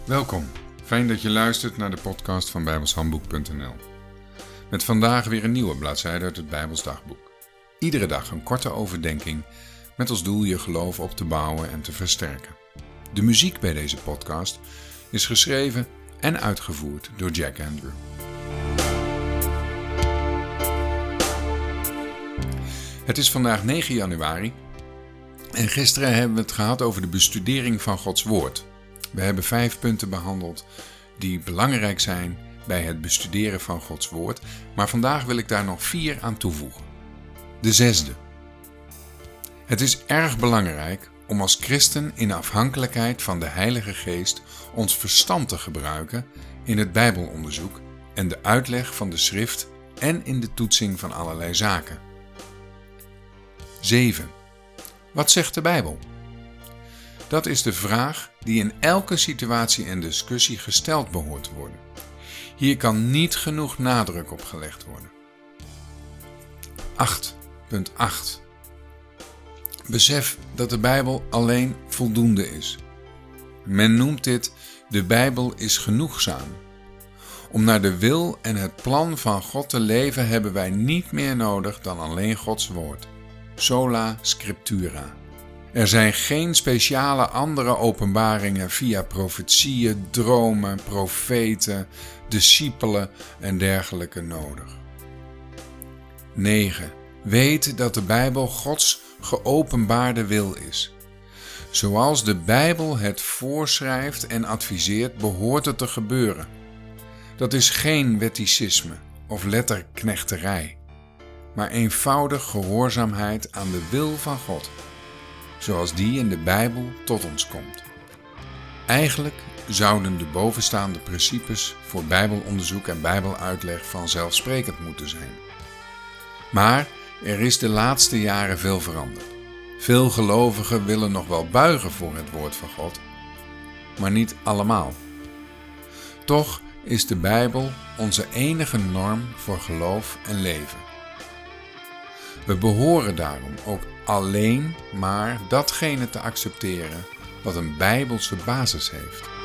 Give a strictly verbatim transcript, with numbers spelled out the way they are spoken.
Welkom, fijn dat je luistert naar de podcast van bijbelshandboek punt n l. Met vandaag weer een nieuwe bladzijde uit het Bijbels Dagboek. Iedere dag een korte overdenking met als doel je geloof op te bouwen en te versterken. De muziek bij deze podcast is geschreven en uitgevoerd door Jack Andrew. Het is vandaag negen januari en gisteren hebben we het gehad over de bestudering van Gods Woord. We hebben vijf punten behandeld die belangrijk zijn bij het bestuderen van Gods Woord, maar vandaag wil ik daar nog vier aan toevoegen. De zesde. Het is erg belangrijk om als christen in afhankelijkheid van de Heilige Geest ons verstand te gebruiken in het Bijbelonderzoek en de uitleg van de schrift en in de toetsing van allerlei zaken. zeven. Wat zegt de Bijbel? Dat is de vraag die in elke situatie en discussie gesteld behoort te worden. Hier kan niet genoeg nadruk op gelegd worden. acht punt acht. Besef dat de Bijbel alleen voldoende is. Men noemt dit: de Bijbel is genoegzaam. Om naar de wil en het plan van God te leven hebben wij niet meer nodig dan alleen Gods woord. Sola scriptura. Er zijn geen speciale andere openbaringen via profetieën, dromen, profeten, discipelen en dergelijke nodig. negen. Weet dat de Bijbel Gods geopenbaarde wil is. Zoals de Bijbel het voorschrijft en adviseert, behoort het te gebeuren. Dat is geen wetticisme of letterknechterij, maar eenvoudig gehoorzaamheid aan de wil van God, zoals die in de Bijbel tot ons komt. Eigenlijk zouden de bovenstaande principes voor Bijbelonderzoek en Bijbeluitleg vanzelfsprekend moeten zijn. Maar er is de laatste jaren veel veranderd. Veel gelovigen willen nog wel buigen voor het woord van God, maar niet allemaal. Toch is de Bijbel onze enige norm voor geloof en leven. We behoren daarom ook alleen maar datgene te accepteren wat een Bijbelse basis heeft.